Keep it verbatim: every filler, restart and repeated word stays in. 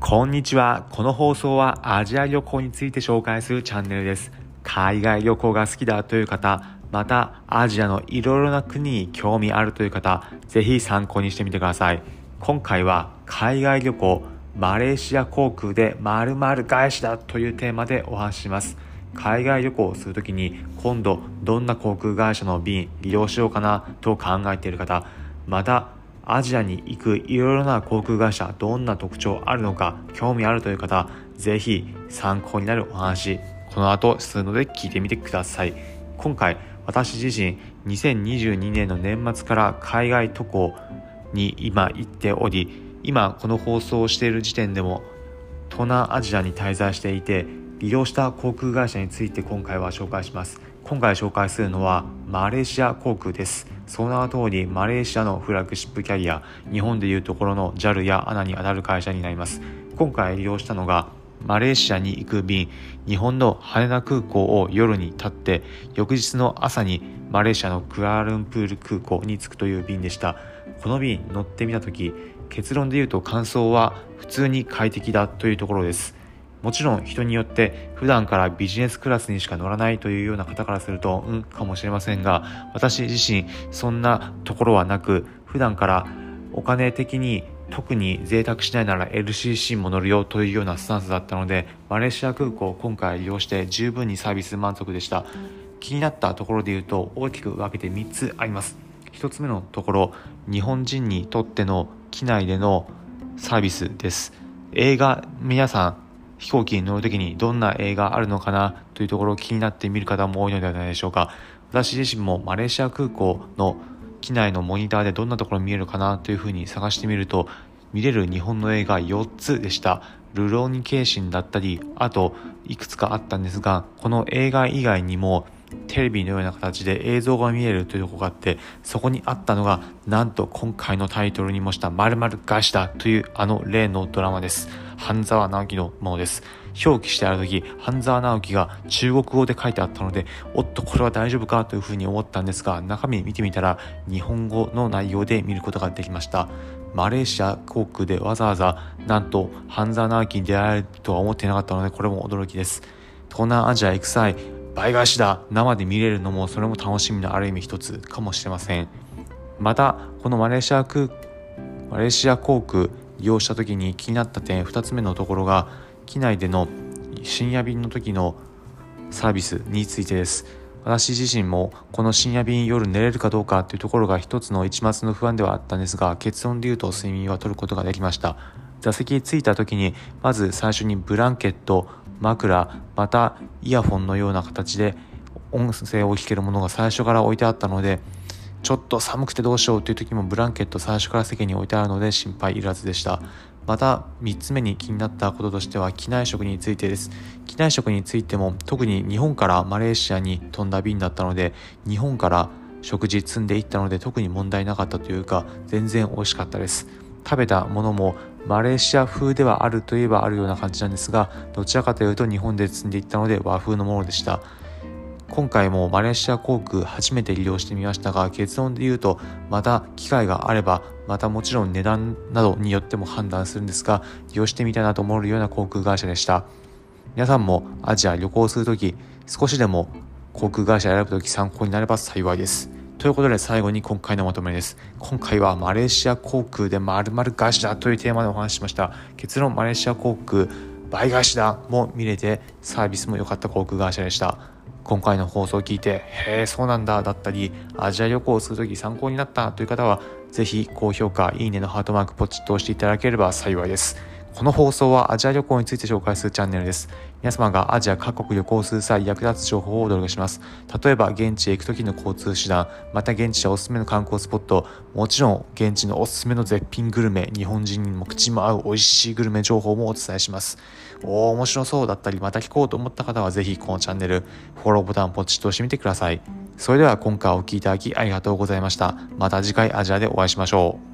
こんにちは。この放送はアジア旅行について紹介するチャンネルです。海外旅行が好きだという方、またアジアのいろいろな国に興味あるという方、ぜひ参考にしてみてください。今回は海外旅行、マレーシア航空で〇〇返しだというテーマでお話しします。海外旅行をするときに今度どんな航空会社の便利用しようかなと考えている方、またアジアに行くいろいろな航空会社どんな特徴あるのか興味あるという方、ぜひ参考になるお話この後するので聞いてみてください。今回私自身にせんにじゅうにねんの年末から海外渡航に今行っており、今この放送をしている時点でも東南アジアに滞在していて、利用した航空会社について今回は紹介します。今回紹介するのはマレーシア航空です。その名の通りマレーシアのフラッグシップキャリア、日本でいうところの ジャル や エーエヌエー に当たる会社になります。今回利用したのがマレーシアに行く便、日本の羽田空港を夜に立って翌日の朝にマレーシアのクアラルンプール空港に着くという便でした。この便乗ってみたとき、結論で言うと感想は普通に快適だというところです。もちろん人によって普段からビジネスクラスにしか乗らないというような方からするとうんかもしれませんが、私自身そんなところはなく、普段からお金的に特に贅沢しないなら エルシーシー も乗るよというようなスタンスだったので、マレーシア空港を今回利用して十分にサービス満足でした。気になったところで言うと大きく分けてみっつあります。ひとつめのところ、日本人にとっての機内でのサービスです。映画、皆さん飛行機に乗るときにどんな映画あるのかなというところを気になって見る方も多いのではないでしょうか。私自身もマレーシア空港の機内のモニターでどんなところ見えるかなというふうに探してみると、見れる日本の映画よっつでした。ルローニケンシンだったり、あといくつかあったんですが、この映画以外にもテレビのような形で映像が見えるというところがあって、そこにあったのがなんと今回のタイトルにもした〇〇返しだというあの例のドラマです。半沢直樹のものです。表記してある時、半沢直樹が中国語で書いてあったので、おっとこれは大丈夫かというふうに思ったんですが、中身見てみたら日本語の内容で見ることができました。マレーシア航空でわざわざなんと半沢直樹に出会えるとは思っていなかったので、これも驚きです。東南アジア行く際、倍返しだ、生で見れるのもそれも楽しみのある意味一つかもしれません。またこのマレーシア空マレーシア航空利用した時に気になった点ふたつめのところが、機内での深夜便の時のサービスについてです。私自身もこの深夜便夜寝れるかどうかというところが一つの一抹の不安ではあったんですが、結論で言うと睡眠は取ることができました。座席に着いた時にまず最初にブランケット、枕、またイヤホンのような形で音声を聞けるものが最初から置いてあったので、ちょっと寒くてどうしようという時もブランケット最初から席に置いてあるので心配いらずでした。またみっつめに気になったこととしては機内食についてです。機内食についても特に日本からマレーシアに飛んだ便だったので、日本から食事積んでいったので特に問題なかったというか、全然美味しかったです。食べたものもマレーシア風ではあるといえばあるような感じなんですが、どちらかというと日本で積んでいったので和風のものでした。今回もマレーシア航空初めて利用してみましたが、結論で言うとまた機会があれば、またもちろん値段などによっても判断するんですが、利用してみたいなと思うような航空会社でした。皆さんもアジア旅行するとき、少しでも航空会社選ぶとき参考になれば幸いです。ということで最後に今回のまとめです。今回はマレーシア航空で〇〇返しだというテーマでお話ししました。結論、マレーシア航空倍返しだも見れてサービスも良かった航空会社でした。今回の放送を聞いてへーそうなんだだったり、アジア旅行をするとき参考になったという方はぜひ高評価、いいねのハートマークポチッと押していただければ幸いです。この放送はアジア旅行について紹介するチャンネルです。皆様がアジア各国旅行する際役立つ情報をお届けします。例えば現地へ行く時の交通手段、また現地でおすすめの観光スポット、もちろん現地のおすすめの絶品グルメ、日本人にも口も合う美味しいグルメ情報もお伝えします。おー面白そうだったり、また聞こうと思った方はぜひこのチャンネルフォローボタンをポチッと押してみてください。それでは今回お聞きいただきありがとうございました。また次回アジアでお会いしましょう。